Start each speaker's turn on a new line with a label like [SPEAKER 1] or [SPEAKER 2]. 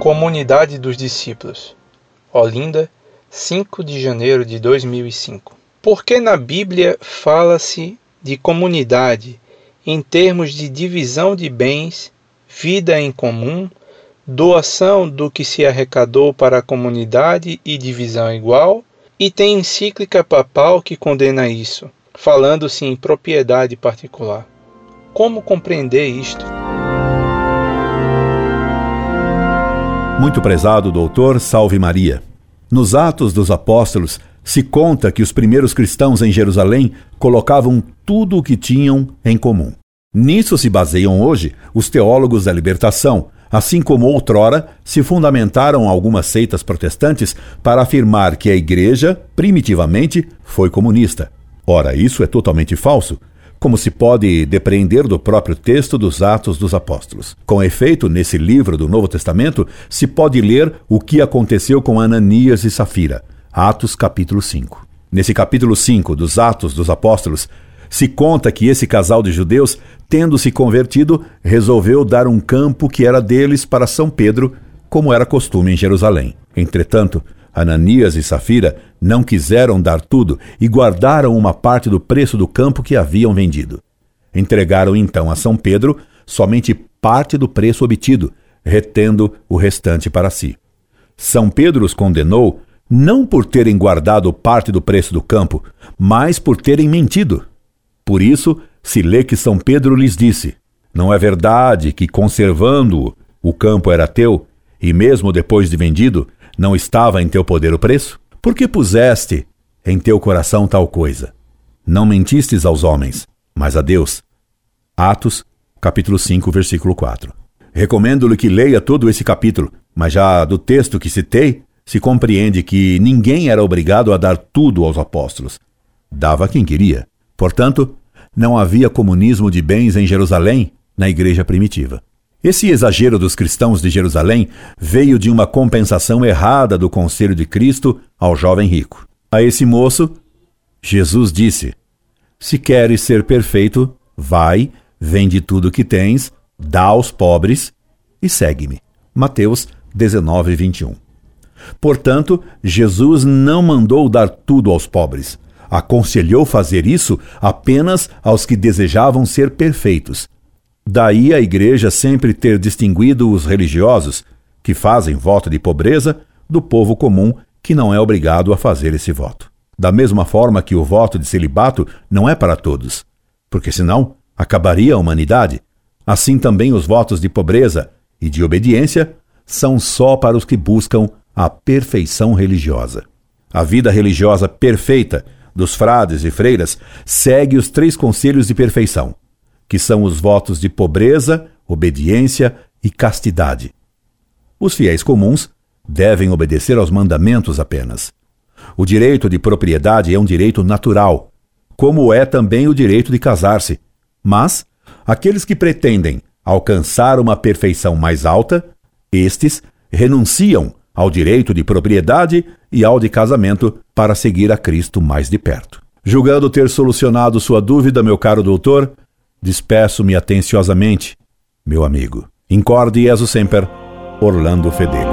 [SPEAKER 1] Comunidade dos Discípulos, Olinda, 5 de janeiro de 2005. Por que na Bíblia fala-se de comunidade em termos de divisão de bens, vida em comum, doação do que se arrecadou para a comunidade e divisão igual? E tem encíclica papal que condena isso, falando-se em propriedade particular. Como compreender isto?
[SPEAKER 2] Muito prezado doutor, salve Maria. Nos Atos dos Apóstolos, se conta que os primeiros cristãos em Jerusalém colocavam tudo o que tinham em comum. Nisso se baseiam hoje os teólogos da libertação, assim como outrora se fundamentaram algumas seitas protestantes para afirmar que a igreja, primitivamente, foi comunista. Ora, isso é totalmente falso, como se pode depreender do próprio texto dos Atos dos Apóstolos. Com efeito, nesse livro do Novo Testamento, se pode ler o que aconteceu com Ananias e Safira, Atos capítulo 5. Nesse capítulo 5 dos Atos dos Apóstolos, se conta que esse casal de judeus, tendo se convertido, resolveu dar um campo que era deles para São Pedro, como era costume em Jerusalém. Entretanto, Ananias e Safira não quiseram dar tudo e guardaram uma parte do preço do campo que haviam vendido. Entregaram então a São Pedro somente parte do preço obtido, retendo o restante para si. São Pedro os condenou não por terem guardado parte do preço do campo, mas por terem mentido. Por isso, se lê que São Pedro lhes disse: não é verdade que, conservando-o, o campo era teu, e mesmo depois de vendido, não estava em teu poder o preço? Por que puseste em teu coração tal coisa? Não mentistes aos homens, mas a Deus. Atos, capítulo 5, versículo 4. Recomendo-lhe que leia todo esse capítulo, mas já do texto que citei, se compreende que ninguém era obrigado a dar tudo aos apóstolos. Dava quem queria. Portanto, não havia comunismo de bens em Jerusalém, na igreja primitiva. Esse exagero dos cristãos de Jerusalém veio de uma compensação errada do conselho de Cristo ao jovem rico. A esse moço, Jesus disse: se queres ser perfeito, vai, vende tudo o que tens, dá aos pobres e segue-me. Mateus 19, 21. Portanto, Jesus não mandou dar tudo aos pobres. Aconselhou fazer isso apenas aos que desejavam ser perfeitos. Daí a igreja sempre ter distinguido os religiosos, que fazem voto de pobreza, do povo comum, que não é obrigado a fazer esse voto. Da mesma forma que o voto de celibato não é para todos, porque senão acabaria a humanidade. Assim também os votos de pobreza e de obediência são só para os que buscam a perfeição religiosa. A vida religiosa perfeita dos frades e freiras segue os 3 conselhos de perfeição, que são os votos de pobreza, obediência e castidade. Os fiéis comuns devem obedecer aos mandamentos apenas. O direito de propriedade é um direito natural, como é também o direito de casar-se. Mas aqueles que pretendem alcançar uma perfeição mais alta, estes renunciam ao direito de propriedade e ao de casamento para seguir a Cristo mais de perto. Julgando ter solucionado sua dúvida, meu caro doutor, despeço-me atenciosamente, meu amigo. Incorde Jesus Semper, Orlando Fedeli.